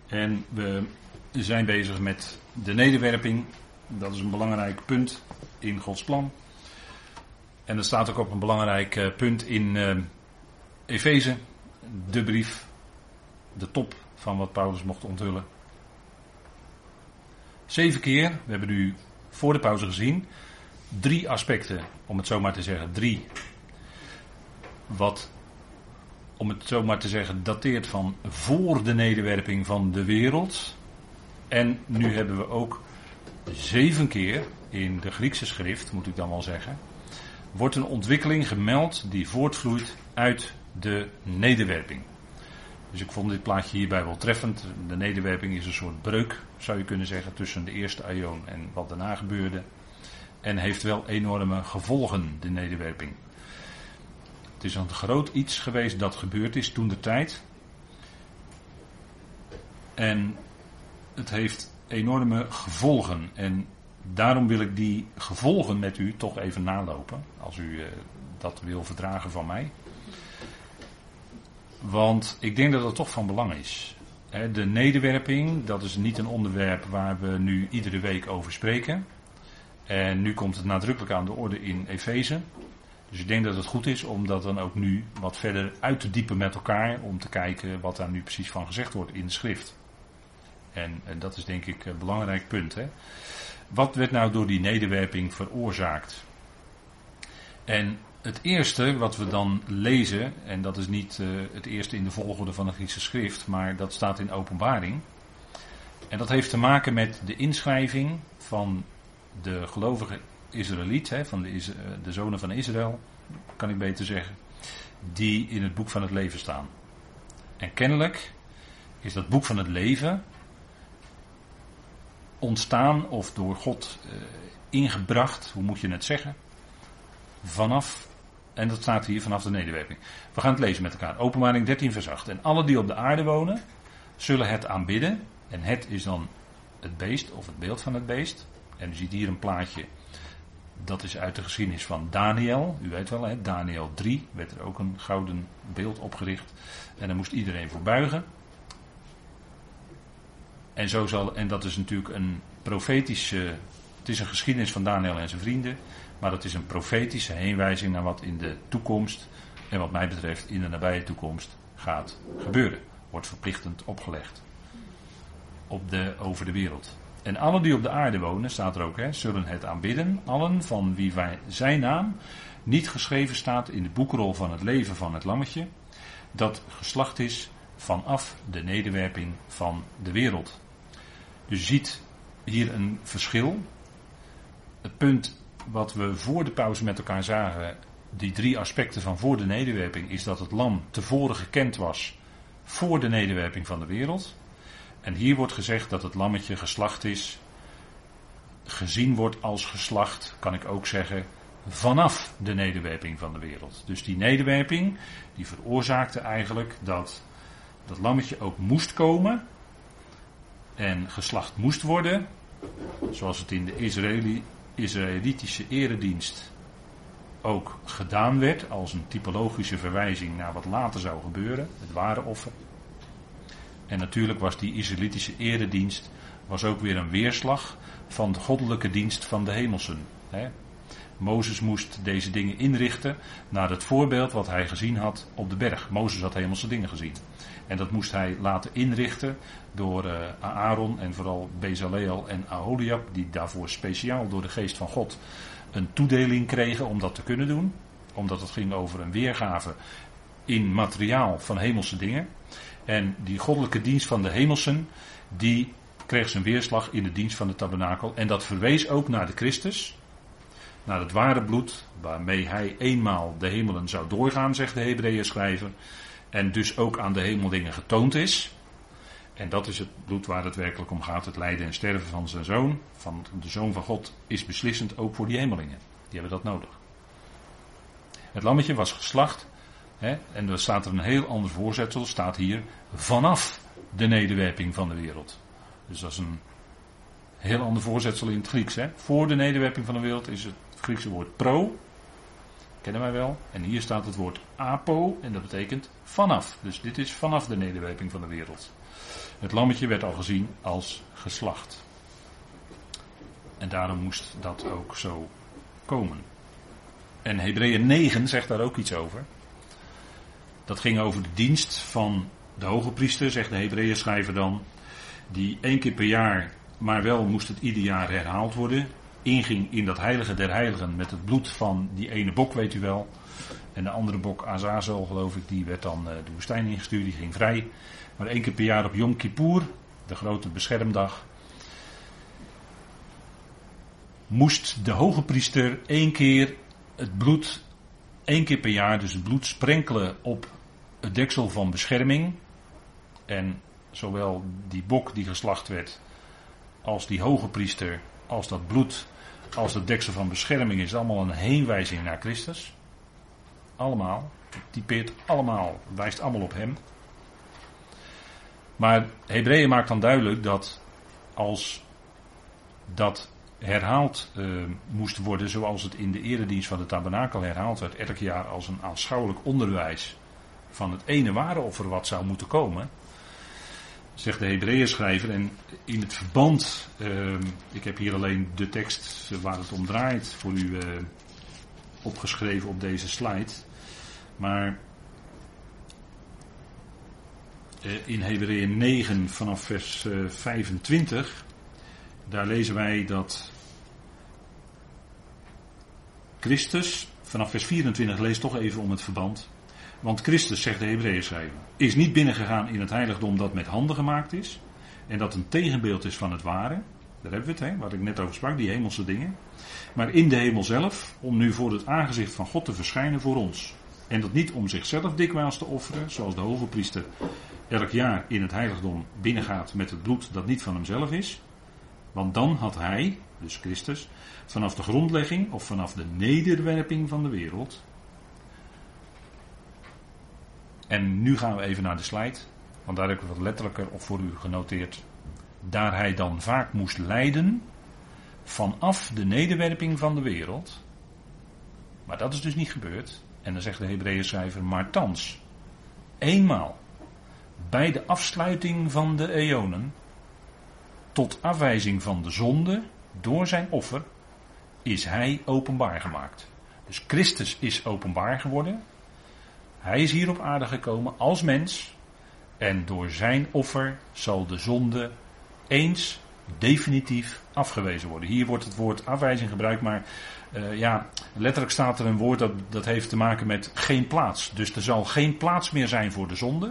En we zijn bezig met de nederwerping. Dat is een belangrijk punt in Gods plan. En dat staat ook op een belangrijk punt in Efeze, de brief, de top van wat Paulus mocht onthullen. 7 keer, we hebben nu voor de pauze gezien, 3 aspecten, om het zo maar te zeggen, 3, wat, om het zo maar te zeggen, dateert van voor de nederwerping van de wereld. En nu hebben we ook 7 keer in de Griekse schrift, moet ik dan wel zeggen, wordt een ontwikkeling gemeld die voortvloeit uit de nederwerping. Dus ik vond dit plaatje hierbij wel treffend. De nederwerping is een soort breuk, zou je kunnen zeggen, tussen de eerste aion en wat daarna gebeurde. En heeft wel enorme gevolgen, de nederwerping. Het is een groot iets geweest dat gebeurd is toen de tijd. En het heeft enorme gevolgen. En daarom wil ik die gevolgen met u toch even nalopen. Als u dat wil verdragen van mij. Want ik denk dat dat toch van belang is. De nederwerping, dat is niet een onderwerp waar we nu iedere week over spreken. En nu komt het nadrukkelijk aan de orde in Efeze. Dus ik denk dat het goed is om dat dan ook nu wat verder uit te diepen met elkaar. Om te kijken wat daar nu precies van gezegd wordt in de schrift. En dat is denk ik een belangrijk punt. Hè? Wat werd nou door die nederwerping veroorzaakt? En het eerste wat we dan lezen, en dat is niet het eerste in de volgorde van de Griekse schrift, maar dat staat in Openbaring. En dat heeft te maken met de inschrijving van de gelovige Israëliet, van de zonen van Israël, kan ik beter zeggen, die in het boek van het leven staan. En kennelijk is dat boek van het leven ontstaan of door God ingebracht, hoe moet je het zeggen, vanaf, en dat staat hier vanaf de nederwerping. We gaan het lezen met elkaar. Openbaring 13 vers 8. En alle die op de aarde wonen, zullen het aanbidden. En het is dan het beest of het beeld van het beest. En u ziet hier een plaatje, dat is uit de geschiedenis van Daniel. U weet wel, hè, Daniel 3 werd er ook een gouden beeld opgericht. En daar moest iedereen voor buigen. En dat is natuurlijk een profetische, het is een geschiedenis van Daniel en zijn vrienden. Maar dat is een profetische heenwijzing naar wat in de toekomst, en wat mij betreft in de nabije toekomst, gaat gebeuren. Wordt verplichtend opgelegd over de wereld. En allen die op de aarde wonen, staat er ook, zullen het aanbidden. Allen van wie zijn naam niet geschreven staat in de boekrol van het leven van het lammetje, dat geslacht is vanaf de nederwerping van de wereld. Dus je ziet hier een verschil. Het punt wat we voor de pauze met elkaar zagen, die 3 aspecten van voor de nederwerping, is dat het lam tevoren gekend was voor de nederwerping van de wereld. En hier wordt gezegd dat het lammetje geslacht is, gezien wordt als geslacht, kan ik ook zeggen, vanaf de nederwerping van de wereld. Dus die nederwerping, die veroorzaakte eigenlijk dat dat lammetje ook moest komen en geslacht moest worden, zoals het in de Israëlitische eredienst ook gedaan werd, als een typologische verwijzing naar wat later zou gebeuren, het ware offer. En natuurlijk was die Israëlitische eredienst was ook weer een weerslag van de goddelijke dienst van de hemelsen. Mozes moest deze dingen inrichten naar het voorbeeld wat hij gezien had op de berg. Mozes had hemelse dingen gezien. En dat moest hij laten inrichten door Aaron en vooral Bezaleel en Aholiab, die daarvoor speciaal door de geest van God een toedeling kregen om dat te kunnen doen. Omdat het ging over een weergave in materiaal van hemelse dingen. En die goddelijke dienst van de hemelsen, die kreeg zijn weerslag in de dienst van de tabernakel. En dat verwees ook naar de Christus, naar het ware bloed, waarmee hij eenmaal de hemelen zou doorgaan, zegt de Hebreeën schrijver. En dus ook aan de hemeldingen getoond is. En dat is het bloed waar het werkelijk om gaat. Het lijden en sterven van zijn zoon, van de Zoon van God, is beslissend ook voor die hemelingen. Die hebben dat nodig. Het lammetje was geslacht. En er staat er een heel ander voorzetsel. Staat hier vanaf de nederwerping van de wereld. Dus dat is een heel ander voorzetsel in het Grieks. Voor de nederwerping van de wereld is het Griekse woord pro. Kennen wij wel. En hier staat het woord apo. En dat betekent vanaf. Dus dit is vanaf de nederwerping van de wereld. Het lammetje werd al gezien als geslacht. En daarom moest dat ook zo komen. En Hebreeën 9 zegt daar ook iets over. Dat ging over de dienst van de hoge priester, zegt de Hebreeën schrijver dan. Die 1 keer per jaar, maar wel moest het ieder jaar herhaald worden. Inging in dat heilige der heiligen met het bloed van die ene bok, weet u wel. En de andere bok, Azazel geloof ik, die werd dan de woestijn ingestuurd, die ging vrij. Maar 1 keer per jaar op Yom Kippur, de grote beschermdag, moest de hoge priester 1 keer het bloed, 1 keer per jaar, dus het bloed sprenkelen op het deksel van bescherming. En zowel die bok die geslacht werd, als die hoge priester, als dat bloed, als het deksel van bescherming is allemaal een heenwijzing naar Christus. Allemaal. Het typeert allemaal, wijst allemaal op hem. Maar Hebreeën maakt dan duidelijk dat als dat herhaald moest worden, zoals het in de eredienst van de tabernakel herhaald werd, elk jaar als een aanschouwelijk onderwijs van het ene ware offer wat zou moeten komen, zegt de Hebreeën schrijver, en in het verband, ik heb hier alleen de tekst waar het om draait voor u opgeschreven op deze slide, maar in Hebreeën 9 vanaf vers 25, daar lezen wij dat Christus, vanaf vers 24 lees toch even om het verband. Want Christus, zegt de Hebreeën schrijver, is niet binnengegaan in het heiligdom dat met handen gemaakt is. En dat een tegenbeeld is van het ware. Daar hebben we het, waar ik net over sprak, die hemelse dingen. Maar in de hemel zelf, om nu voor het aangezicht van God te verschijnen voor ons. En dat niet om zichzelf dikwijls te offeren, zoals de hoge priester elk jaar in het heiligdom binnengaat met het bloed dat niet van hemzelf is. Want dan had hij, dus Christus, vanaf de grondlegging of vanaf de nederwerping van de wereld. En nu gaan we even naar de slide, want daar heb ik wat letterlijker op voor u genoteerd. Daar hij dan vaak moest lijden vanaf de nederwerping van de wereld. Maar dat is dus niet gebeurd. En dan zegt de Hebreeën schrijver, maar thans, eenmaal, bij de afsluiting van de eonen, tot afwijzing van de zonde, door zijn offer, is hij openbaar gemaakt. Dus Christus is openbaar geworden. Hij is hier op aarde gekomen als mens. En door zijn offer zal de zonde eens definitief afgewezen worden. Hier wordt het woord afwijzing gebruikt, maar letterlijk staat er een woord dat heeft te maken met geen plaats. Dus er zal geen plaats meer zijn voor de zonde.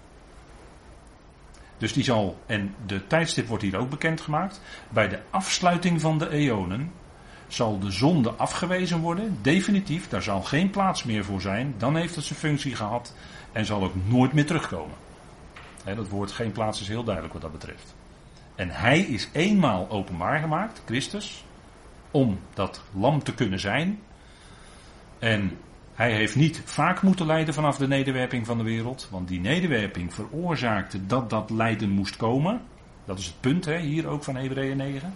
Dus die zal, en de tijdstip wordt hier ook bekendgemaakt, bij de afsluiting van de eonen zal de zonde afgewezen worden, definitief, daar zal geen plaats meer voor zijn, dan heeft het zijn functie gehad en zal ook nooit meer terugkomen. Dat woord geen plaats is heel duidelijk wat dat betreft. En hij is eenmaal openbaar gemaakt, Christus, om dat lam te kunnen zijn. En hij heeft niet vaak moeten lijden vanaf de nederwerping van de wereld, want die nederwerping veroorzaakte dat dat lijden moest komen. Dat is het punt hier ook van Hebreeën 9.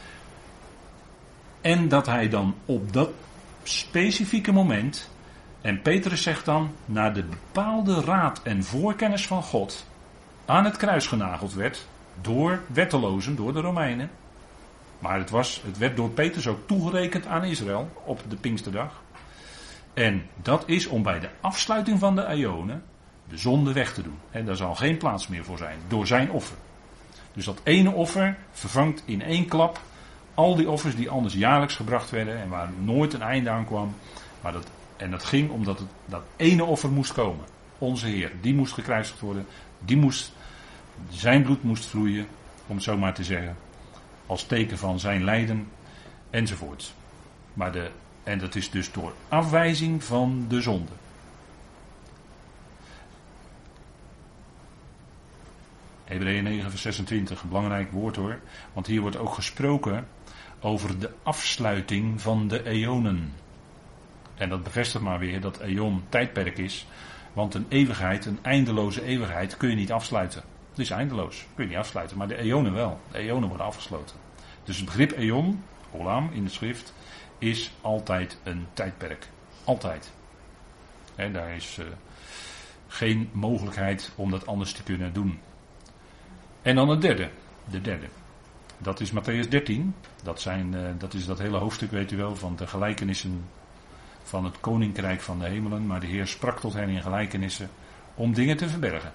En dat hij dan op dat specifieke moment, en Petrus zegt dan, naar de bepaalde raad en voorkennis van God, aan het kruis genageld werd, door wettelozen, door de Romeinen. Maar het werd door Petrus ook toegerekend aan Israël op de Pinksterdag. En dat is om bij de afsluiting van de eonen de zonde weg te doen. En daar zal geen plaats meer voor zijn, door zijn offer. Dus dat ene offer vervangt in één klap al die offers die anders jaarlijks gebracht werden en waar nooit een einde aan kwam. En dat ging omdat dat ene offer moest komen. Onze Heer, die moest gekruisigd worden. Zijn bloed moest vloeien, om het zo maar te zeggen. Als teken van zijn lijden enzovoort. En dat is dus door afwijzing van de zonde. Hebreeën 9 vers 26, een belangrijk woord hoor. Want hier wordt ook gesproken over de afsluiting van de eonen. En dat bevestigt maar weer dat eon tijdperk is. Want een eeuwigheid, een eindeloze eeuwigheid kun je niet afsluiten. Het is eindeloos, kun je niet afsluiten. Maar de eonen wel. De eonen worden afgesloten. Dus het begrip eon, olam in de schrift, is altijd een tijdperk. Altijd. Daar is geen mogelijkheid om dat anders te kunnen doen. En dan het derde. De derde. Dat is Mattheüs 13. Dat is dat hele hoofdstuk, weet u wel, van de gelijkenissen van het koninkrijk van de hemelen. Maar de Heer sprak tot hen in gelijkenissen om dingen te verbergen.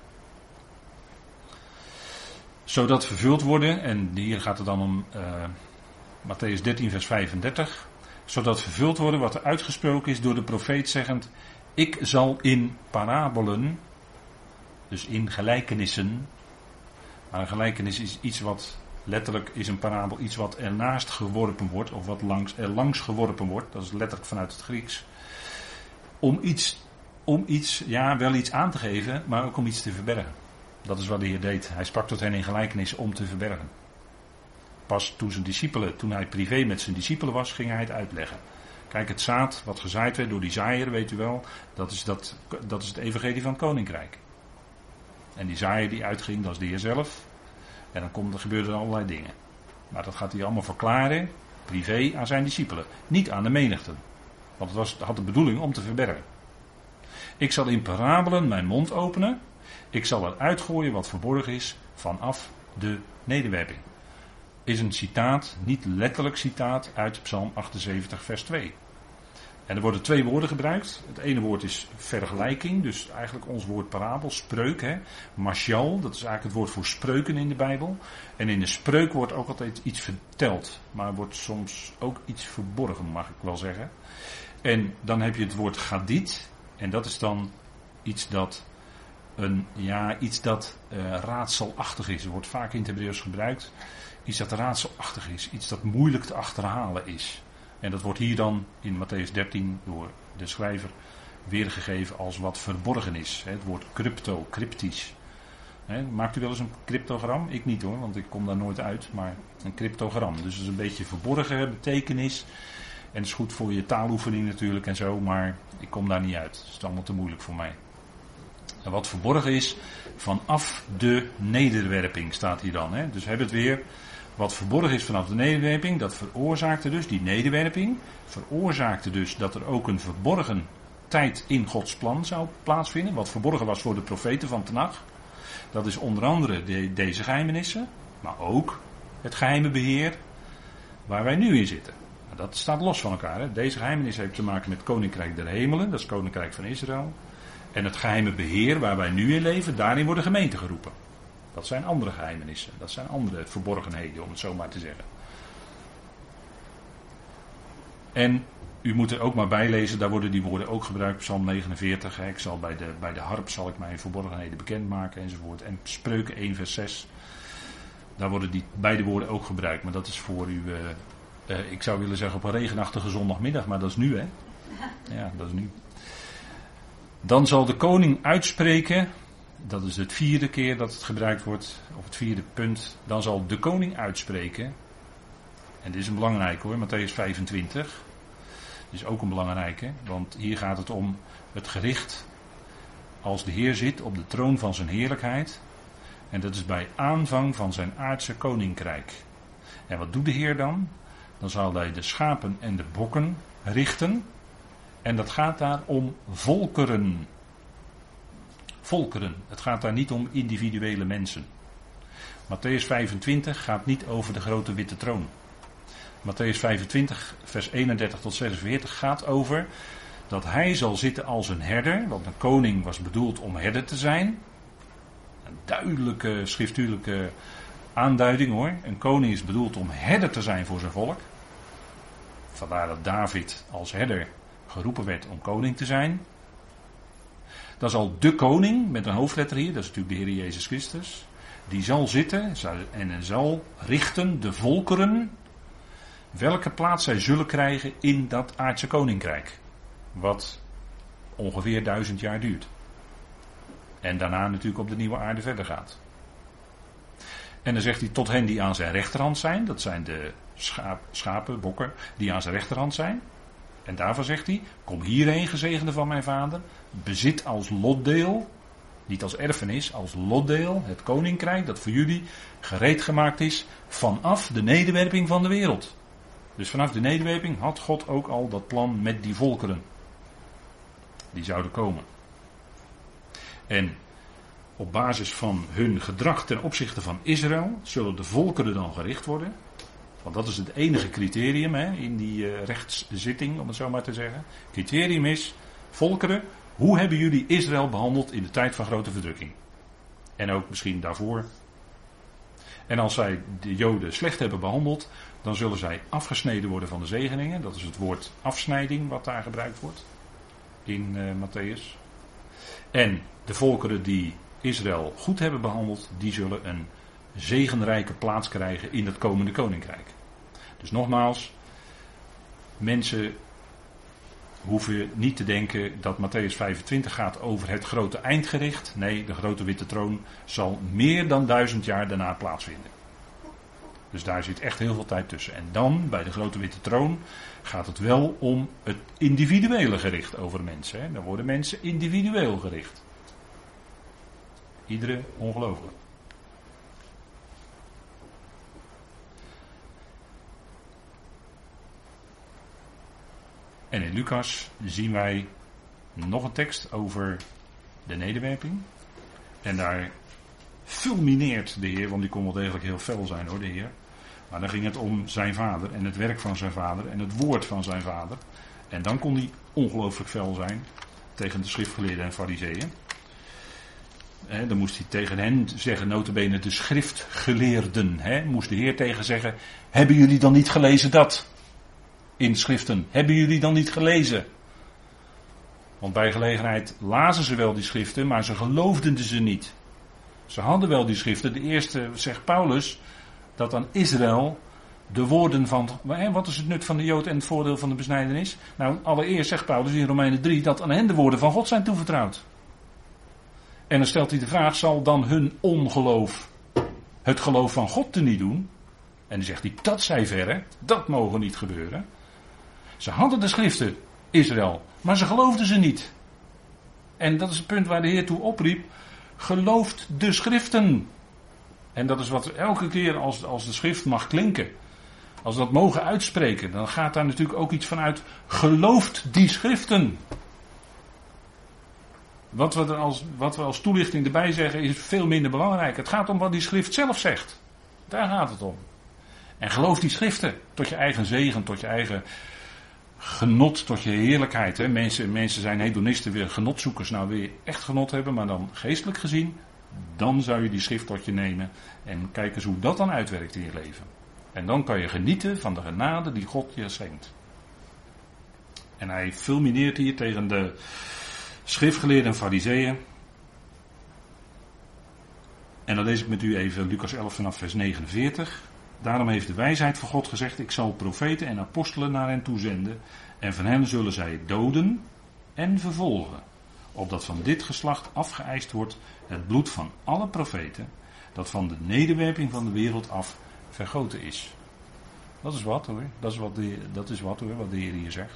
Zodat vervuld worden, en hier gaat het dan om Mattheüs 13 vers 35. Zodat vervuld worden wat er uitgesproken is door de profeet zeggend: ik zal in parabelen, dus in gelijkenissen. Maar een gelijkenis is iets wat, letterlijk is een parabel iets wat ernaast geworpen wordt, of wat langs geworpen wordt, dat is letterlijk vanuit het Grieks. Om iets, ja, wel iets aan te geven, maar ook om iets te verbergen. Dat is wat de Heer deed. Hij sprak tot hen in gelijkenissen om te verbergen. Pas toen hij privé met zijn discipelen was, ging hij het uitleggen. Kijk, het zaad wat gezaaid werd door die zaaier, weet u wel, dat is het evangelie van het koninkrijk. En die zaaier die uitging, dat is de Heer zelf. En dan gebeuren er allerlei dingen. Maar dat gaat hij allemaal verklaren, privé aan zijn discipelen. Niet aan de menigte. Want het had de bedoeling om te verbergen. Ik zal in parabelen mijn mond openen. Ik zal er uitgooien wat verborgen is vanaf de nederwerping. Is een citaat, niet letterlijk citaat, uit Psalm 78 vers 2. En er worden twee woorden gebruikt. Het ene woord is vergelijking, dus eigenlijk ons woord parabel, spreuk. Hè. Mashal, dat is eigenlijk het woord voor spreuken in de Bijbel. En in de spreuk wordt ook altijd iets verteld, maar wordt soms ook iets verborgen, mag ik wel zeggen. En dan heb je het woord gadit, en dat is dan iets dat raadselachtig is. Het wordt vaak in het Hebreeuws gebruikt. Iets dat raadselachtig is, iets dat moeilijk te achterhalen is. En dat wordt hier dan in Mattheüs 13 door de schrijver weergegeven als wat verborgen is. Het woord crypto, cryptisch. Maakt u wel eens een cryptogram? Ik niet hoor, want ik kom daar nooit uit. Maar een cryptogram. Dus het is een beetje verborgen betekenis. En het is goed voor je taaloefening natuurlijk en zo. Maar ik kom daar niet uit. Het is allemaal te moeilijk voor mij. En wat verborgen is, vanaf de nederwerping staat hier dan. Dus we hebben het weer. Wat verborgen is vanaf de nederwerping, dat veroorzaakte dus, die nederwerping, veroorzaakte dus dat er ook een verborgen tijd in Gods plan zou plaatsvinden. Wat verborgen was voor de profeten van Tenach. Dat is onder andere deze geheimenissen, maar ook het geheime beheer waar wij nu in zitten. Dat staat los van elkaar. Hè. Deze geheimenis heeft te maken met het Koninkrijk der Hemelen, dat is het Koninkrijk van Israël. En het geheime beheer waar wij nu in leven, daarin worden gemeenten geroepen. Dat zijn andere geheimenissen, dat zijn andere verborgenheden, om het zo maar te zeggen. En u moet er ook maar bij lezen, daar worden die woorden ook gebruikt, Psalm 49. Ik zal bij de harp zal ik mijn verborgenheden bekendmaken enzovoort. En Spreuken 1 vers 6, daar worden die beide woorden ook gebruikt. Maar dat is voor u, ik zou willen zeggen op een regenachtige zondagmiddag, maar dat is nu hè. Ja, dat is nu. Dan zal de koning uitspreken, dat is het vierde keer dat het gebruikt wordt, of het vierde punt. Dan zal de koning uitspreken, en dit is een belangrijke hoor, Mattheüs 25. Dit is ook een belangrijke, want hier gaat het om het gericht als de Heer zit op de troon van zijn heerlijkheid. En dat is bij aanvang van zijn aardse koninkrijk. En wat doet de Heer dan? Dan zal hij de schapen en de bokken richten. En dat gaat daar om volkeren. Volkeren. Het gaat daar niet om individuele mensen. Mattheüs 25 gaat niet over de grote witte troon. Mattheüs 25 vers 31 tot 46 gaat over dat hij zal zitten als een herder. Want een koning was bedoeld om herder te zijn. Een duidelijke schriftuurlijke aanduiding hoor. Een koning is bedoeld om herder te zijn voor zijn volk. Vandaar dat David als herder geroepen werd om koning te zijn. Dan zal de koning, met een hoofdletter hier, dat is natuurlijk de Heer Jezus Christus, die zal zitten en zal richten de volkeren welke plaats zij zullen krijgen in dat aardse koninkrijk. Wat ongeveer 1000 jaar duurt. En daarna natuurlijk op de nieuwe aarde verder gaat. En dan zegt hij tot hen die aan zijn rechterhand zijn, dat zijn de schapen, bokken, die aan zijn rechterhand zijn. En daarvan zegt hij, kom hierheen gezegende van mijn vader, bezit als lotdeel, niet als erfenis, als lotdeel, het koninkrijk dat voor jullie gereed gemaakt is vanaf de nederwerping van de wereld. Dus vanaf de nederwerping had God ook al dat plan met die volkeren. Die zouden komen. En Op basis van hun gedrag ten opzichte van Israël zullen de volkeren dan gericht worden. Want dat is het enige criterium in die rechtszitting, om het zo maar te zeggen. Criterium is, volkeren, hoe hebben jullie Israël behandeld in de tijd van grote verdrukking? En ook misschien daarvoor. En als zij de Joden slecht hebben behandeld, dan zullen zij afgesneden worden van de zegeningen. Dat is het woord afsnijding wat daar gebruikt wordt in Matthäus. En de volkeren die Israël goed hebben behandeld, die zullen een zegenrijke plaats krijgen in het komende koninkrijk. Dus nogmaals, mensen hoeven niet te denken dat Matthäus 25 gaat over het grote eindgericht. Nee, de grote witte troon zal meer dan 1000 jaar daarna plaatsvinden. Dus daar zit echt heel veel tijd tussen. En dan, bij de grote witte troon, gaat het wel om het individuele gericht over mensen. Dan worden mensen individueel gericht. Iedere ongelovige. En in Lucas zien wij nog een tekst over de nederwerping. En daar fulmineert de Heer, want die kon wel degelijk heel fel zijn hoor, de Heer. Maar dan ging het om zijn vader en het werk van zijn vader en het woord van zijn vader. En dan kon hij ongelooflijk fel zijn tegen de schriftgeleerden en farizeeën. Dan moest hij tegen hen zeggen, nota bene de schriftgeleerden. Moest de Heer tegen zeggen, hebben jullie dan niet gelezen dat? In schriften, hebben jullie dan niet gelezen? Want bij gelegenheid lazen ze wel die schriften, maar ze geloofden ze niet. Ze hadden wel die schriften. De eerste, zegt Paulus, dat aan Israël de woorden van... Wat is het nut van de Jood en het voordeel van de besnijdenis? Nou, allereerst zegt Paulus in Romeinen 3 dat aan hen de woorden van God zijn toevertrouwd. En dan stelt hij de vraag, zal dan hun ongeloof het geloof van God teniet doen? En dan zegt hij, dat zij verre, dat mogen niet gebeuren. Ze hadden de schriften, Israël, maar ze geloofden ze niet. En dat is het punt waar de Heer toe opriep, gelooft de schriften. En dat is wat elke keer als de schrift mag klinken, als we dat mogen uitspreken, dan gaat daar natuurlijk ook iets van uit, gelooft die schriften. Wat we als toelichting erbij zeggen is veel minder belangrijk. Het gaat om wat die schrift zelf zegt. Daar gaat het om. En geloof die schriften tot je eigen zegen, tot je eigen genot, tot je heerlijkheid. Hè. Mensen zijn hedonisten, weer genotzoekers. Nou wil je echt genot hebben, maar dan geestelijk gezien, dan zou je die schrift tot je nemen en kijk eens hoe dat dan uitwerkt in je leven. En dan kan je genieten van de genade die God je schenkt. En hij fulmineert hier tegen de schriftgeleerden en farizeeën. En dan lees ik met u even Lucas 11 vanaf vers 49. Daarom heeft de wijsheid van God gezegd, ik zal profeten en apostelen naar hen toezenden. En van hen zullen zij doden en vervolgen. Opdat van dit geslacht afgeëist wordt het bloed van alle profeten, dat van de nederwerping van de wereld af vergoten is. Dat is wat hoor, wat de Heer hier zegt.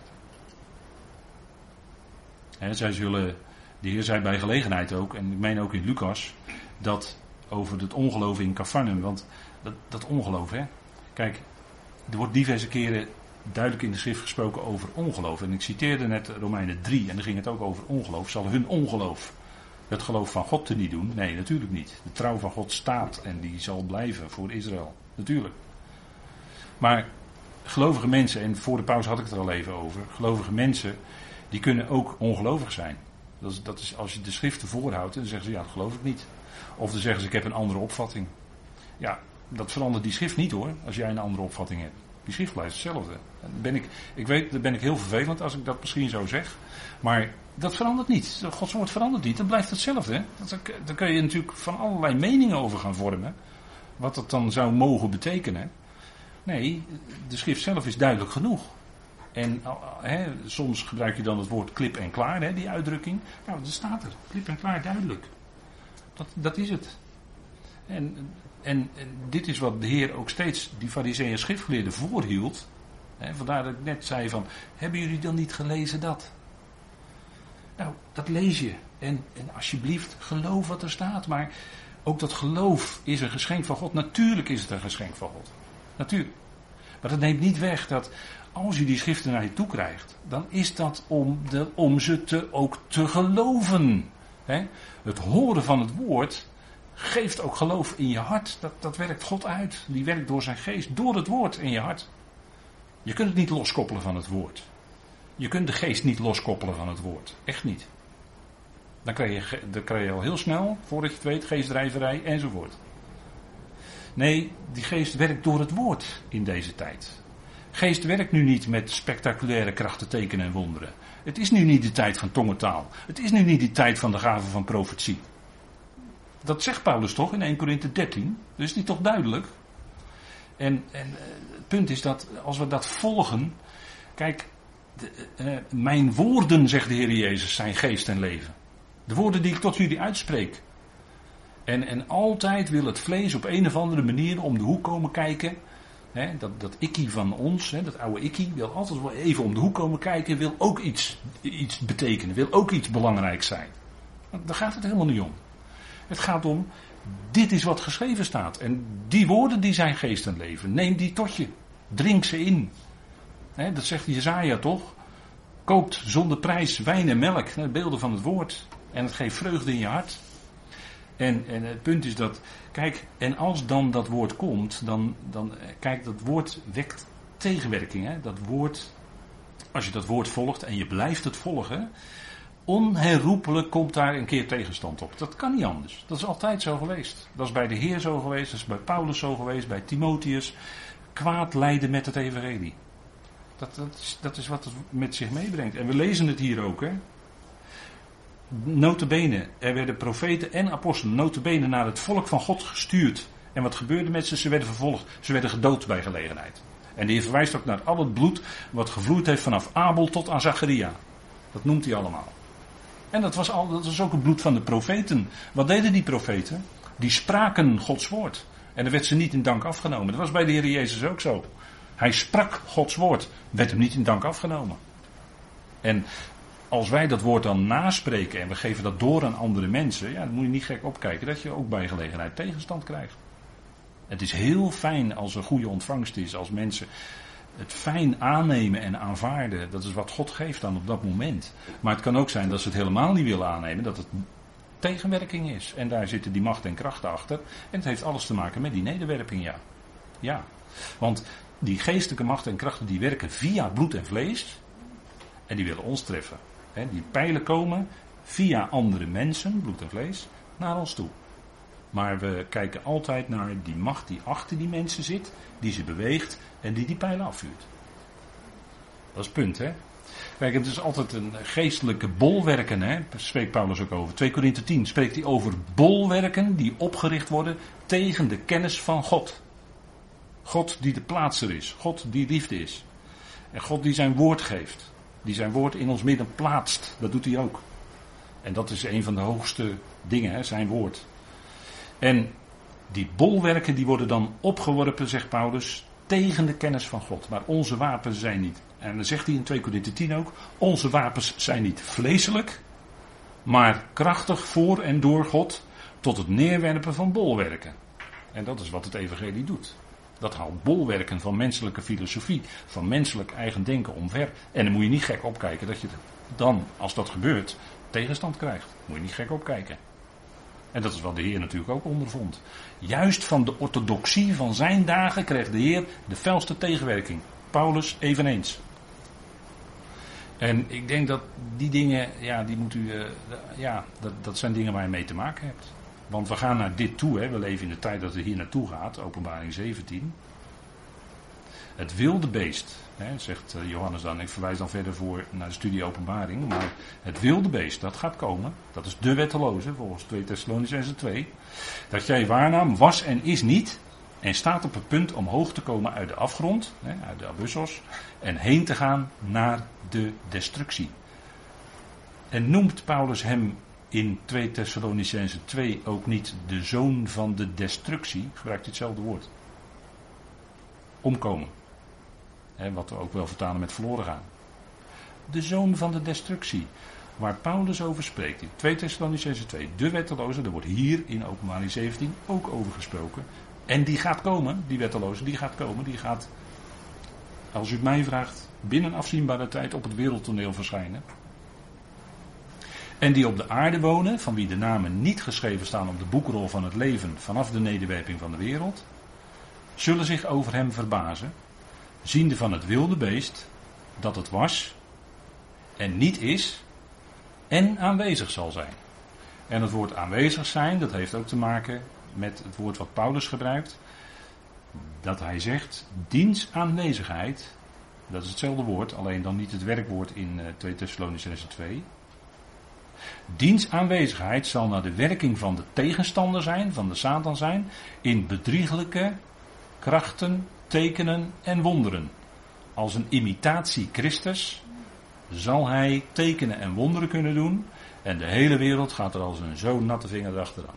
De Heer zei bij gelegenheid ook, en ik meen ook in Lucas, dat over het ongeloof in Capharnaüm, want dat ongeloof, kijk, er wordt diverse keren duidelijk in de schrift gesproken over ongeloof. En ik citeerde net Romeinen 3 en daar ging het ook over ongeloof. Zal hun ongeloof het geloof van God teniet doen? Nee, natuurlijk niet. De trouw van God staat en die zal blijven voor Israël. Natuurlijk. Maar gelovige mensen, en voor de pauze had ik het er al even over, gelovige mensen, die kunnen ook ongelovig zijn. Dat is als je de schriften voorhoudt, dan zeggen ze, ja, dat geloof ik niet. Of dan zeggen ze, ik heb een andere opvatting. Ja, dat verandert die schrift niet hoor, als jij een andere opvatting hebt. Die schrift blijft hetzelfde. Ik weet, dan ben ik heel vervelend als ik dat misschien zo zeg. Maar dat verandert niet. Gods woord verandert niet. Dat blijft hetzelfde. Daar kun je natuurlijk van allerlei meningen over gaan vormen. Wat dat dan zou mogen betekenen. Nee, de schrift zelf is duidelijk genoeg. En soms gebruik je dan het woord klip en klaar, die uitdrukking. Nou, dat staat er. Klip en klaar, duidelijk. Dat is het. En dit is wat de Heer ook steeds die farizeeën en schriftgeleerden voorhield. Vandaar dat ik net zei van, hebben jullie dan niet gelezen dat? Nou, dat lees je. En alsjeblieft, geloof wat er staat. Maar ook dat geloof is een geschenk van God. Natuurlijk is het een geschenk van God. Natuurlijk. Maar dat neemt niet weg dat als je die schriften naar je toe krijgt, dan is dat om ze ook te geloven. Het horen van het woord geeft ook geloof in je hart. Dat werkt God uit. Die werkt door zijn geest, door het woord in je hart. Je kunt het niet loskoppelen van het woord. Je kunt de geest niet loskoppelen van het woord. Echt niet. Dan krijg je al heel snel, voordat je het weet, geestdrijverij enzovoort. Nee, die geest werkt door het woord in deze tijd. Geest werkt nu niet met spectaculaire krachten, tekenen en wonderen. Het is nu niet de tijd van tongentaal. Het is nu niet de tijd van de gave van profetie. Dat zegt Paulus toch in 1 Korinthe 13? Dus is die toch duidelijk? En het punt is dat als we dat volgen. Kijk, mijn woorden, zegt de Heer Jezus, zijn geest en leven. De woorden die ik tot jullie uitspreek. En altijd wil het vlees op een of andere manier om de hoek komen kijken. Dat ikkie van ons, dat oude ikkie, wil altijd wel even om de hoek komen kijken. Wil ook iets betekenen. Wil ook iets belangrijks zijn. Daar gaat het helemaal niet om. Het gaat om, dit is wat geschreven staat. En die woorden die zijn geest en leven. Neem die tot je. Drink ze in. Dat zegt Jesaja toch? Koopt zonder prijs wijn en melk. Beelden van het woord. En het geeft vreugde in je hart. En het punt is dat, kijk, en als dan dat woord komt, dan kijk, dat woord wekt tegenwerking. Hè? Dat woord, als je dat woord volgt en je blijft het volgen, onherroepelijk komt daar een keer tegenstand op. Dat kan niet anders. Dat is altijd zo geweest. Dat is bij de Heer zo geweest, dat is bij Paulus zo geweest, bij Timotheus. Kwaad lijden met het evangelie. Dat is wat het met zich meebrengt. En we lezen het hier ook, hè. Notabene, er werden profeten en apostelen notabene naar het volk van God gestuurd. En wat gebeurde met ze? Ze werden vervolgd. Ze werden gedood bij gelegenheid. En de Heer verwijst ook naar al het bloed wat gevloeid heeft vanaf Abel tot aan Zacharia. Dat noemt hij allemaal. En dat was ook het bloed van de profeten. Wat deden die profeten? Die spraken Gods woord. En dan werd ze niet in dank afgenomen. Dat was bij de Heer Jezus ook zo. Hij sprak Gods woord. Werd hem niet in dank afgenomen. En als wij dat woord dan naspreken en we geven dat door aan andere mensen, ja, dan moet je niet gek opkijken dat je ook bij gelegenheid tegenstand krijgt. Het is heel fijn als er goede ontvangst is, als mensen het fijn aannemen en aanvaarden. Dat is wat God geeft dan op dat moment. Maar het kan ook zijn dat ze het helemaal niet willen aannemen, dat het tegenwerking is. En daar zitten die macht en krachten achter. En het heeft alles te maken met die nederwerping, ja. Ja, want die geestelijke machten en krachten die werken via bloed en vlees. En die willen ons treffen. Die pijlen komen via andere mensen, bloed en vlees, naar ons toe. Maar we kijken altijd naar die macht die achter die mensen zit, die ze beweegt en die pijlen afvuurt. Dat is het punt, hè. Kijk, het is altijd een geestelijke bolwerken, hè. Daar spreekt Paulus ook over. 2 Korinthe 10 spreekt hij over bolwerken die opgericht worden tegen de kennis van God. God die de plaatser is, God die liefde is. En God die zijn woord geeft. Die zijn woord in ons midden plaatst. Dat doet hij ook. En dat is een van de hoogste dingen, hè, zijn woord. En die bolwerken die worden dan opgeworpen, zegt Paulus, tegen de kennis van God. Maar onze wapens zijn niet, en dan zegt hij in 2 Korinthe 10 ook, onze wapens zijn niet vleeselijk, maar krachtig voor en door God tot het neerwerpen van bolwerken. En dat is wat het evangelie doet. Dat haalt bolwerken van menselijke filosofie, van menselijk eigen denken omver. En dan moet je niet gek opkijken dat je dan, als dat gebeurt, tegenstand krijgt. Moet je niet gek opkijken. En dat is wat de Heer natuurlijk ook ondervond. Juist van de orthodoxie van zijn dagen kreeg de Heer de felste tegenwerking. Paulus eveneens. En ik denk dat die dingen, ja, die moet u, dat zijn dingen waar je mee te maken hebt. Want we gaan naar dit toe, hè. We leven in de tijd dat het hier naartoe gaat, Openbaring 17. Het wilde beest, hè, zegt Johannes dan, ik verwijs dan verder naar de studie Openbaring, maar het wilde beest, dat gaat komen, dat is de wetteloze, volgens 2 Thessalonicenzen 2, dat jij waarnaam was en is niet, en staat op het punt omhoog te komen uit de afgrond, hè, uit de abyssos, en heen te gaan naar de destructie. En noemt Paulus hem in 2 Thessalonicenzen 2 ook niet de zoon van de destructie, gebruikt hetzelfde woord. Omkomen. Wat we ook wel vertalen met verloren gaan. De zoon van de destructie. Waar Paulus over spreekt in 2 Thessalonicenzen 2. De wetteloze, daar wordt hier in Openbaring 17 ook over gesproken. En die gaat komen, die wetteloze, die gaat komen. Die gaat, als u het mij vraagt, binnen afzienbare tijd op het wereldtoneel verschijnen. En die op de aarde wonen, van wie de namen niet geschreven staan op de boekrol van het leven vanaf de nederwerping van de wereld, zullen zich over hem verbazen, ziende van het wilde beest dat het was en niet is en aanwezig zal zijn. En het woord aanwezig zijn, dat heeft ook te maken met het woord wat Paulus gebruikt. Dat hij zegt, diens aanwezigheid, dat is hetzelfde woord, alleen dan niet het werkwoord in 2 Thessalonicenzen 2. Diens aanwezigheid zal naar de werking van de tegenstander zijn, van de Satan zijn, in bedrieglijke krachten, tekenen en wonderen. Als een imitatie Christus zal hij tekenen en wonderen kunnen doen en de hele wereld gaat er als een zo natte vinger erachteraan.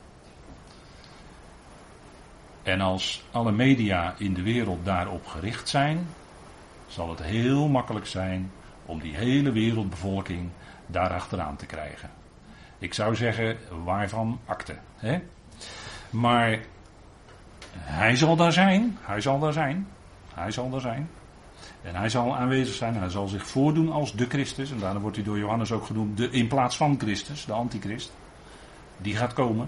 En als alle media in de wereld daarop gericht zijn, zal het heel makkelijk zijn om die hele wereldbevolking daar achteraan te krijgen. Ik zou zeggen, waarvan akte. Hè? Maar hij zal daar zijn, hij zal daar zijn, hij zal daar zijn. En hij zal aanwezig zijn, hij zal zich voordoen als de Christus. En daarom wordt hij door Johannes ook genoemd de in plaats van Christus, de antichrist. Die gaat komen.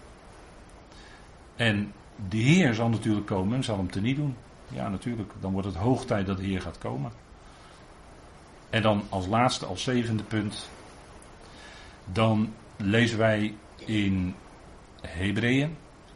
En de Heer zal natuurlijk komen en zal hem teniet doen. Ja, natuurlijk. Dan wordt het hoog tijd dat de Heer gaat komen. En dan als laatste, als zevende punt. Dan lezen wij in Hebreeën.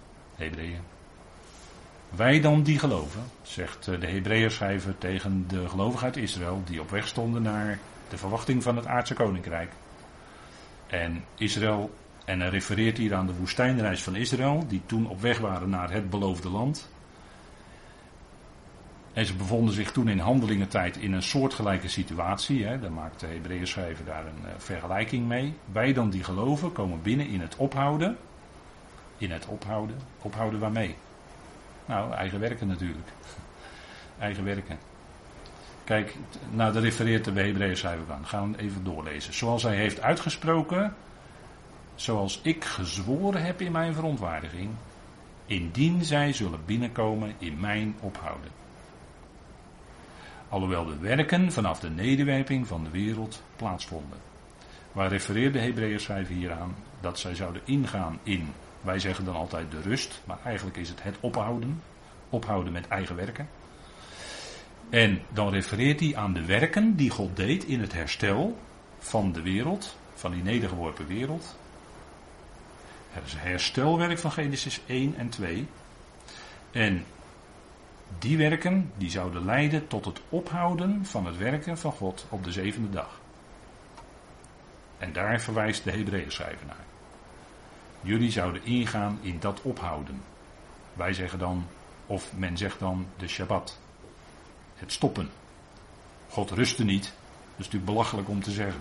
Wij dan die geloven, zegt de Hebreeënschrijver tegen de gelovigen uit Israël, die op weg stonden naar de verwachting van het aardse koninkrijk. En Israël, en hij refereert hier aan de woestijnreis van Israël, die toen op weg waren naar het beloofde land. En ze bevonden zich toen in handelingentijd in een soortgelijke situatie. Hè. Daar maakt de Hebreeënschrijver daar een vergelijking mee. Wij dan die geloven komen binnen in het ophouden. In het ophouden. Ophouden waarmee? Nou, eigen werken natuurlijk. Eigen werken. Kijk, nou, daar refereert de Hebreeënschrijver aan. Gaan we even doorlezen. Zoals hij heeft uitgesproken, zoals ik gezworen heb in mijn verontwaardiging, indien zij zullen binnenkomen in mijn ophouden. Alhoewel de werken vanaf de nederwerping van de wereld plaatsvonden. Waar refereert de Hebreeënschrijver hier aan? Dat zij zouden ingaan in, wij zeggen dan altijd de rust, maar eigenlijk is het ophouden. Ophouden met eigen werken. En dan refereert hij aan de werken die God deed in het herstel van de wereld, van die nedergeworpen wereld. Het is het herstelwerk van Genesis 1 en 2. En die werken die zouden leiden tot het ophouden van het werken van God op de zevende dag. En daar verwijst de Hebreeënschrijver naar. Jullie zouden ingaan in dat ophouden. Wij zeggen dan, of men zegt dan de Shabbat. Het stoppen. God rustte niet. Dat is natuurlijk belachelijk om te zeggen.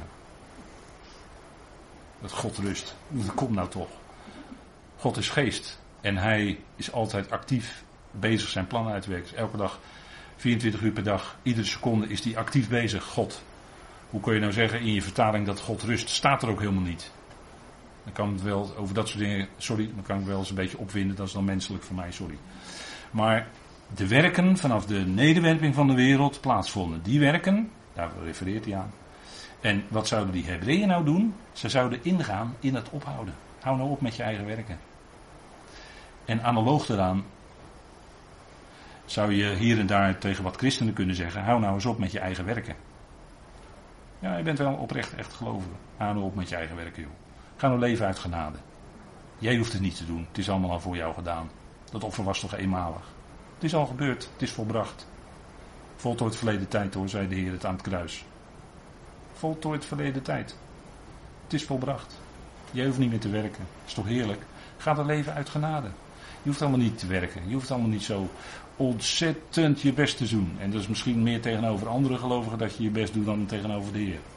Dat God rust. Dat komt nou toch. God is geest. En hij is altijd actief bezig zijn plannen uit te werken. Dus elke dag, 24 uur per dag, iedere seconde is hij actief bezig. God. Hoe kun je nou zeggen in je vertaling dat God rust? Staat er ook helemaal niet. Dan kan het wel over dat soort dingen, dan kan ik wel eens een beetje opwinden. Dat is dan menselijk voor mij, Maar de werken vanaf de nederwerping van de wereld plaatsvonden. Die werken, daar refereert hij aan. En wat zouden die Hebreeën nou doen? Ze zouden ingaan in het ophouden. Hou nou op met je eigen werken. En analoog daaraan zou je hier en daar tegen wat christenen kunnen zeggen, hou nou eens op met je eigen werken. Ja, je bent wel oprecht echt gelovige. Hou nou op met je eigen werken, joh. Ga nou leven uit genade. Jij hoeft het niet te doen. Het is allemaal al voor jou gedaan. Dat offer was toch eenmalig. Het is al gebeurd. Het is volbracht. Voltooid verleden tijd hoor, zei de Heer het aan het kruis. Voltooid verleden tijd. Het is volbracht. Jij hoeft niet meer te werken. Dat is toch heerlijk. Ga er leven uit genade. Je hoeft allemaal niet te werken. Je hoeft allemaal niet zo ontzettend je best te doen. En dat is misschien meer tegenover andere gelovigen dat je je best doet dan tegenover de Heer.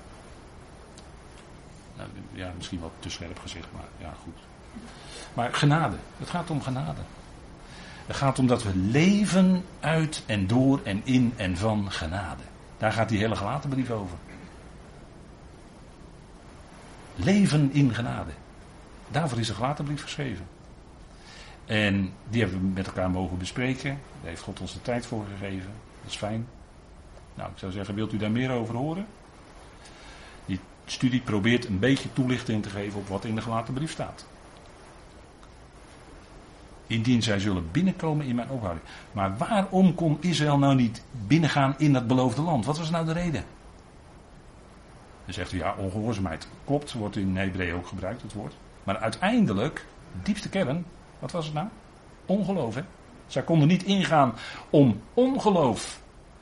Nou, ja, misschien wat te scherp gezegd, maar ja, goed. Maar genade. Het gaat om genade. Het gaat om dat we leven uit en door en in en van genade. Daar gaat die hele Galatenbrief over. Leven in genade. Daarvoor is de Galatenbrief geschreven. En die hebben we met elkaar mogen bespreken. Daar heeft God ons de tijd voor gegeven. Dat is fijn. Nou, ik zou zeggen, wilt u daar meer over horen? Die studie probeert een beetje toelichting te geven op wat in de Galatenbrief staat. Indien zij zullen binnenkomen in mijn ophouding. Maar waarom kon Israël nou niet binnengaan in het beloofde land? Wat was nou de reden? Dan zegt u ja, ongehoorzaamheid. Klopt, wordt in Hebreeën ook gebruikt het woord. Maar uiteindelijk, diepste kern, wat was het nou? Ongeloof, hè? Zij konden niet ingaan om ongeloof.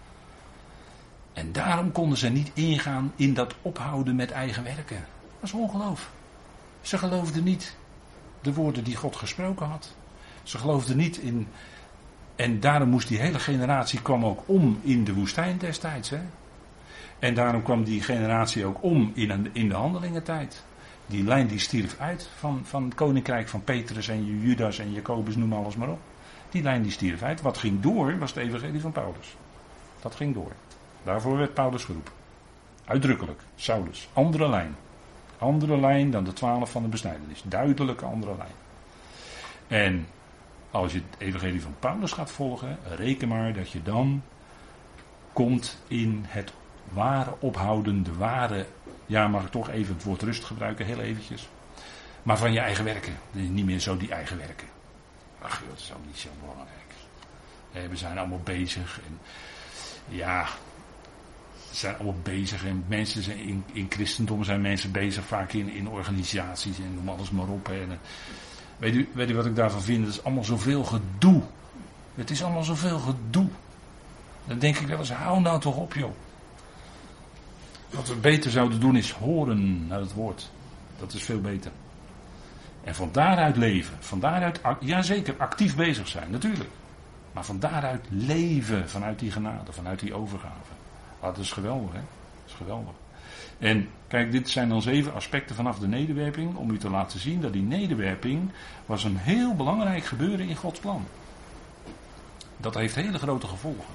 En daarom konden ze niet ingaan in dat ophouden met eigen werken. Dat is ongeloof. Ze geloofden niet de woorden die God gesproken had. Ze geloofden niet in. En daarom moest die hele generatie kwam ook om in de woestijn destijds. Hè? En daarom kwam die generatie ook om in de handelingentijd. Die lijn die stierf uit van het koninkrijk van Petrus en Judas en Jacobus, noem alles maar op. Die lijn die stierf uit. Wat ging door was het evangelie van Paulus. Dat ging door. Daarvoor werd Paulus geroepen. Uitdrukkelijk. Saulus. Andere lijn. Andere lijn dan de 12 van de besnijdenis. Duidelijke andere lijn. En als je het evangelie van Paulus gaat volgen, reken maar dat je dan komt in het ware ophouden, de ware, ja mag ik toch even het woord rust gebruiken, heel eventjes. Maar van je eigen werken. Niet meer zo die eigen werken. Ach joh, dat is ook niet zo belangrijk. We zijn allemaal bezig en ja, ze zijn allemaal bezig en mensen zijn in christendom zijn mensen bezig vaak in organisaties en noem alles maar op. En, weet u wat ik daarvan vind? Het is allemaal zoveel gedoe. Het is allemaal zoveel gedoe. Dan denk ik wel eens, hou nou toch op joh. Wat we beter zouden doen is horen naar het woord. Dat is veel beter. En van daaruit leven. Van daaruit, jazeker, actief bezig zijn, natuurlijk. Maar van daaruit leven, vanuit die genade, vanuit die overgave. Dat is geweldig, hè? Dat is geweldig. En kijk, dit zijn dan 7 aspecten vanaf de nederwerping, om u te laten zien dat die nederwerping was een heel belangrijk gebeuren in Gods plan. Dat heeft hele grote gevolgen.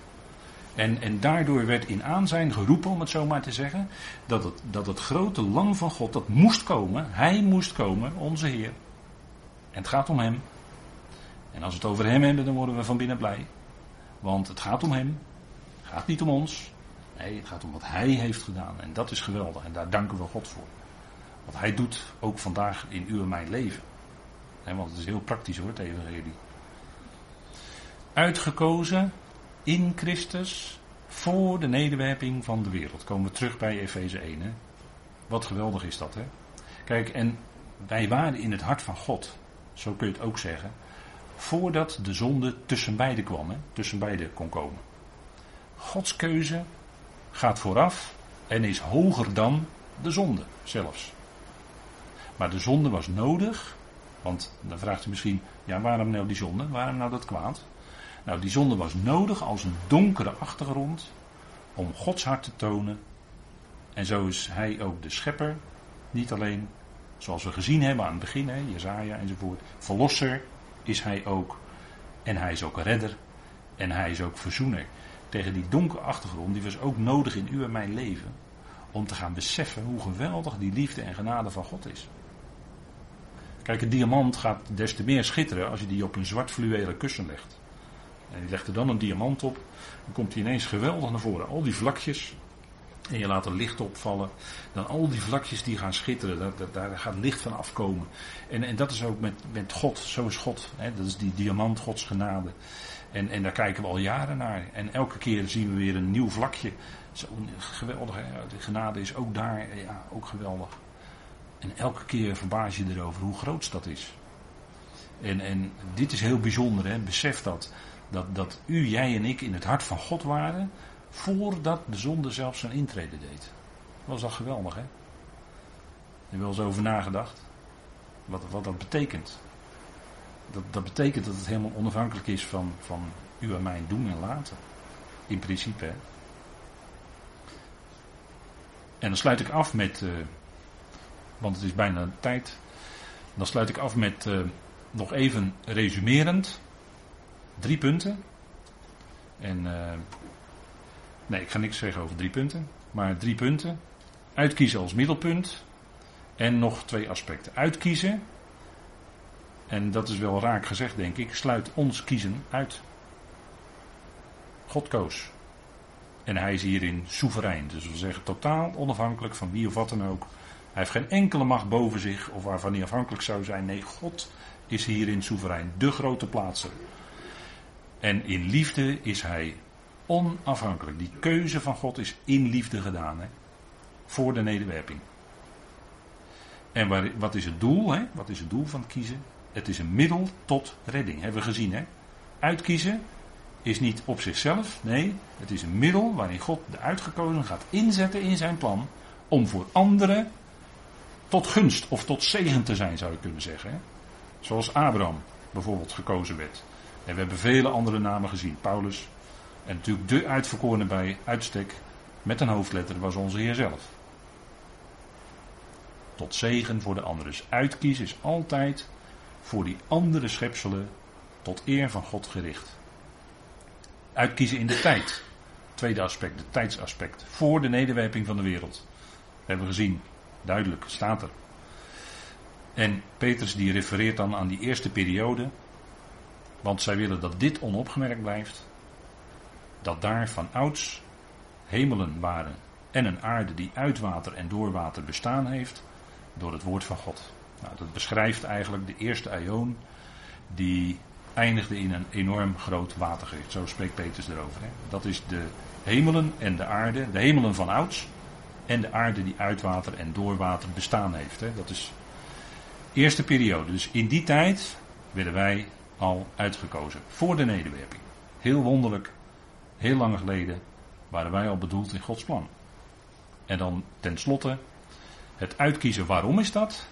En daardoor werd in aanzijn geroepen, om het zo maar te zeggen, dat het grote lam van God, dat moest komen, hij moest komen, onze Heer. En het gaat om hem. En als we het over hem hebben, dan worden we van binnen blij. Want het gaat om hem. Het gaat niet om ons. Nee, het gaat om wat hij heeft gedaan. En dat is geweldig. En daar danken we God voor. Wat hij doet, ook vandaag in uw en mijn leven. Want het is heel praktisch hoor, het evangelie. Uitgekozen in Christus voor de nederwerping van de wereld. Komen we terug bij Efeze 1. Hè? Wat geweldig is dat, hè? Kijk, en wij waren in het hart van God. Zo kun je het ook zeggen. Voordat de zonde tussen beiden kwam. Hè? Tussen beiden kon komen. Gods keuze gaat vooraf en is hoger dan de zonde zelfs. Maar de zonde was nodig. Want dan vraagt u misschien, ja waarom nou die zonde? Waarom nou dat kwaad? Nou, die zonde was nodig als een donkere achtergrond om Gods hart te tonen. En zo is hij ook de schepper. Niet alleen, zoals we gezien hebben aan het begin, hè, Jesaja enzovoort. Verlosser is hij ook. En hij is ook redder. En hij is ook verzoener. Tegen die donkere achtergrond, die was ook nodig in uw en mijn leven. Om te gaan beseffen hoe geweldig die liefde en genade van God is. Kijk, een diamant gaat des te meer schitteren als je die op een zwart fluwelen kussen legt. En je legt er dan een diamant op. Dan komt hij ineens geweldig naar voren. Al die vlakjes. En je laat er licht opvallen. Dan al die vlakjes die gaan schitteren. Daar gaat licht van afkomen. En dat is ook met God. Zo is God. Hè? Dat is die diamant, Gods genade. En daar kijken we al jaren naar. En elke keer zien we weer een nieuw vlakje. Zo geweldig. Hè? De genade is ook daar. Ja, ook geweldig. En elke keer verbaas je erover hoe groot dat is. En dit is heel bijzonder. Hè? Besef dat. Dat u, jij en ik in het hart van God waren. Voordat de zonde zelfs zijn intrede deed. Was dat geweldig, hè? Heb je wel eens over nagedacht? Wat dat betekent. Dat betekent dat het helemaal onafhankelijk is van u en mijn doen en laten. In principe, hè? En dan sluit ik af met. Want het is bijna tijd. Dan sluit ik af met nog even resumerend. 3 punten. En nee, ik ga niks zeggen over 3 punten. Maar 3 punten. Uitkiezen als middelpunt. En nog 2 aspecten. Uitkiezen. En dat is wel raak gezegd, denk ik. Sluit ons kiezen uit. God koos. En hij is hierin soeverein. Dus we zeggen totaal onafhankelijk van wie of wat dan ook. Hij heeft geen enkele macht boven zich of waarvan hij afhankelijk zou zijn. Nee, God is hierin soeverein. De grote plaatser. En in liefde is hij onafhankelijk. Die keuze van God is in liefde gedaan. Hè? Voor de nederwerping. En wat is het doel? Hè? Wat is het doel van het kiezen? Het is een middel tot redding. Hebben we gezien. Hè? Uitkiezen is niet op zichzelf. Nee, het is een middel waarin God de uitgekozen gaat inzetten in zijn plan. Om voor anderen tot gunst of tot zegen te zijn, zou je kunnen zeggen. Hè? Zoals Abraham bijvoorbeeld gekozen werd. En we hebben vele andere namen gezien. Paulus. En natuurlijk de uitverkorene bij uitstek met een hoofdletter was onze Heer zelf. Tot zegen voor de anderen. Dus uitkiezen is altijd voor die andere schepselen tot eer van God gericht. Uitkiezen in de tijd. Tweede aspect, de tijdsaspect. Voor de nederwerping van de wereld. Dat hebben we gezien. Duidelijk, staat er. En Petrus die refereert dan aan die eerste periode. Want zij willen dat dit onopgemerkt blijft. Dat daar van ouds hemelen waren en een aarde die uit water en door water bestaan heeft. Door het woord van God. Nou, dat beschrijft eigenlijk de eerste aion. Die eindigde in een enorm groot watergericht. Zo spreekt Petrus erover. Hè. Dat is de hemelen en de aarde. De hemelen van ouds. En de aarde die uit water en door water bestaan heeft. Hè. Dat is de eerste periode. Dus in die tijd werden wij al uitgekozen. Voor de nederwerping. Heel wonderlijk. Heel lang geleden waren wij al bedoeld in Gods plan. En dan tenslotte het uitkiezen. Waarom is dat?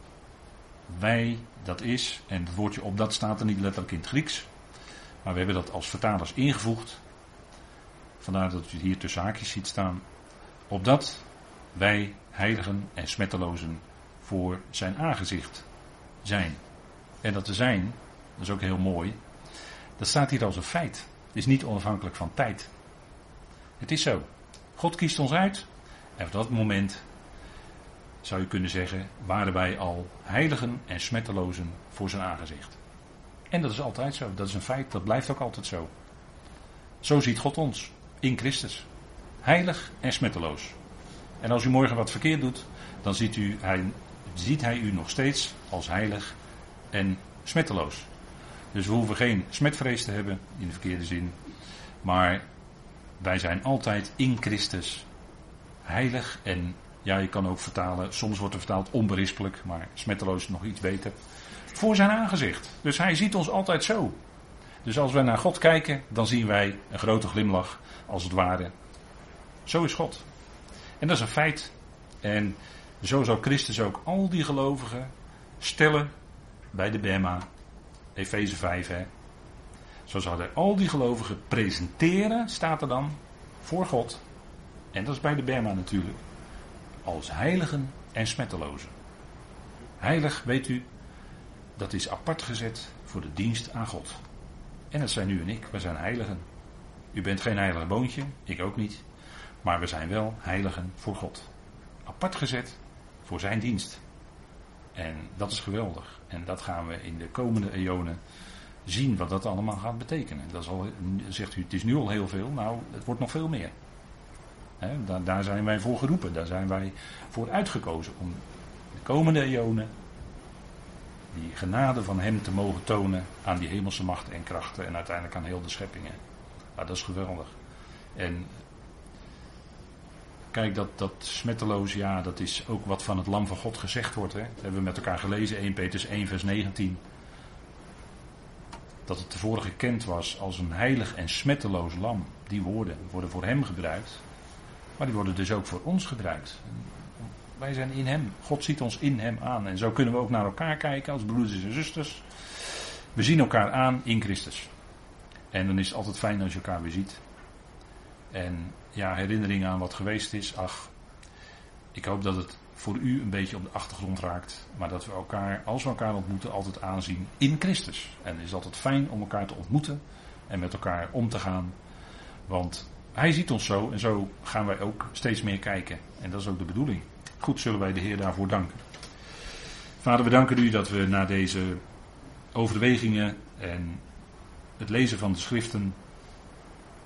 Wij, dat is, en het woordje op dat staat er niet letterlijk in het Grieks. Maar we hebben dat als vertalers ingevoegd. Vandaar dat u het hier tussen haakjes ziet staan. Opdat wij heiligen en smettelozen voor zijn aangezicht zijn. En dat te zijn, dat is ook heel mooi. Dat staat hier als een feit. Het is niet onafhankelijk van tijd. Het is zo. God kiest ons uit. En op dat moment, zou je kunnen zeggen, waren wij al heiligen en smettelozen voor zijn aangezicht. En dat is altijd zo. Dat is een feit. Dat blijft ook altijd zo. Zo ziet God ons. In Christus. Heilig en smetteloos. En als u morgen wat verkeerd doet, dan ziet hij u nog steeds als heilig en smetteloos. Dus we hoeven geen smetvrees te hebben, in de verkeerde zin. Maar wij zijn altijd in Christus heilig en, ja, je kan ook vertalen, soms wordt er vertaald onberispelijk, maar smetteloos is nog iets beter. Voor zijn aangezicht. Dus hij ziet ons altijd zo. Dus als wij naar God kijken, dan zien wij een grote glimlach, als het ware. Zo is God. En dat is een feit. En zo zou Christus ook al die gelovigen stellen bij de Bema. Efeze 5, hè. Zo zou hij al die gelovigen presenteren, staat er dan, voor God. En dat is bij de Bema natuurlijk. Als heiligen en smettelozen. Heilig, weet u, dat is apart gezet voor de dienst aan God. En dat zijn u en ik, we zijn heiligen. U bent geen heilig boontje, ik ook niet. Maar we zijn wel heiligen voor God. Apart gezet voor zijn dienst. En dat is geweldig. En dat gaan we in de komende eonen zien wat dat allemaal gaat betekenen. Dat is al, zegt u, het is nu al heel veel. Nou, het wordt nog veel meer. Daar zijn wij voor geroepen. Daar zijn wij voor uitgekozen. Om de komende eonen die genade van hem te mogen tonen aan die hemelse machten en krachten. En uiteindelijk aan heel de scheppingen. Nou, dat is geweldig. En kijk, dat smetteloos, ja, dat is ook wat van het lam van God gezegd wordt. Hè? Dat hebben we met elkaar gelezen, 1 Petrus 1 vers 19. Dat het tevoren gekend was als een heilig en smetteloos lam. Die woorden worden voor hem gebruikt. Maar die worden dus ook voor ons gebruikt. Wij zijn in hem. God ziet ons in hem aan. En zo kunnen we ook naar elkaar kijken als broeders en zusters. We zien elkaar aan in Christus. En dan is het altijd fijn als je elkaar weer ziet. En ja, herinneringen aan wat geweest is. Ach, ik hoop dat het voor u een beetje op de achtergrond raakt. Maar dat we elkaar, als we elkaar ontmoeten, altijd aanzien in Christus. En het is altijd fijn om elkaar te ontmoeten. En met elkaar om te gaan. Want hij ziet ons zo. En zo gaan wij ook steeds meer kijken. En dat is ook de bedoeling. Goed, zullen wij de Heer daarvoor danken. Vader, we danken u dat we na deze overwegingen en het lezen van de schriften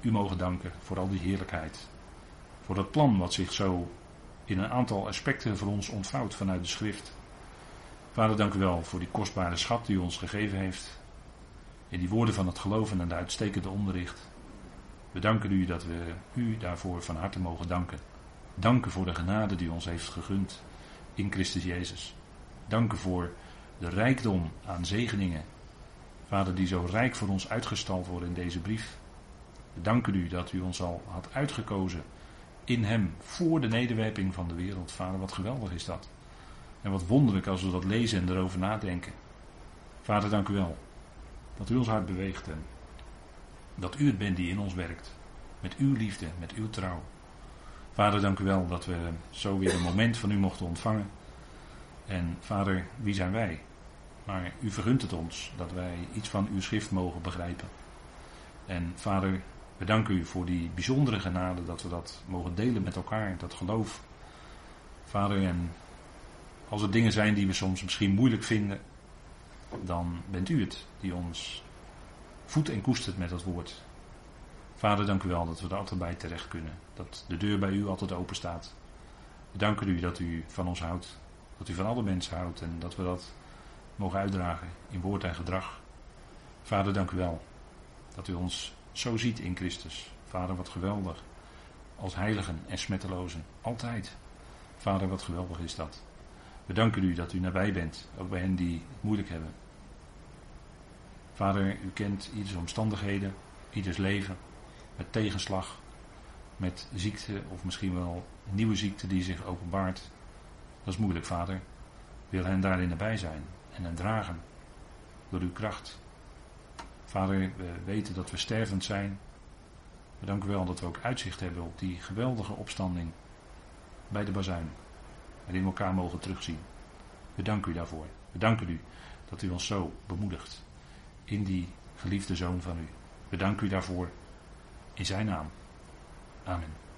u mogen danken voor al die heerlijkheid. Voor dat plan wat zich zo in een aantal aspecten voor ons ontvouwt vanuit de schrift. Vader, dank u wel voor die kostbare schat die u ons gegeven heeft. In die woorden van het geloof en de uitstekende onderricht. We danken u dat we u daarvoor van harte mogen danken. Danken voor de genade die u ons heeft gegund in Christus Jezus. Danken voor de rijkdom aan zegeningen. Vader, die zo rijk voor ons uitgestald worden in deze brief. We danken u dat u ons al had uitgekozen in hem voor de nederwerping van de wereld. Vader, wat geweldig is dat. En wat wonderlijk als we dat lezen en erover nadenken. Vader, dank u wel dat u ons hart beweegt en dat u het bent die in ons werkt. Met uw liefde, met uw trouw. Vader, dank u wel dat we zo weer een moment van u mochten ontvangen. En Vader, wie zijn wij? Maar u vergunt het ons dat wij iets van uw schrift mogen begrijpen. En Vader, we danken u voor die bijzondere genade dat we dat mogen delen met elkaar, dat geloof. Vader, en als er dingen zijn die we soms misschien moeilijk vinden, dan bent u het die ons voedt en koestert met dat woord. Vader, dank u wel dat we er altijd bij terecht kunnen. Dat de deur bij u altijd open staat. We danken u dat u van ons houdt. Dat u van alle mensen houdt en dat we dat mogen uitdragen in woord en gedrag. Vader, dank u wel dat u ons zo ziet in Christus. Vader, wat geweldig. Als heiligen en smettelozen. Altijd. Vader, wat geweldig is dat. We danken u dat u nabij bent. Ook bij hen die het moeilijk hebben. Vader, u kent ieders omstandigheden. Ieders leven. Met tegenslag. Met ziekte of misschien wel nieuwe ziekte die zich openbaart. Dat is moeilijk, Vader. Wil hen daarin nabij zijn. En hen dragen. Door uw kracht. Vader, we weten dat we stervend zijn. We danken u wel dat we ook uitzicht hebben op die geweldige opstanding bij de bazuin. Waarin we elkaar mogen terugzien. We danken u daarvoor. We danken u dat u ons zo bemoedigt in die geliefde Zoon van u. We danken u daarvoor in zijn naam. Amen.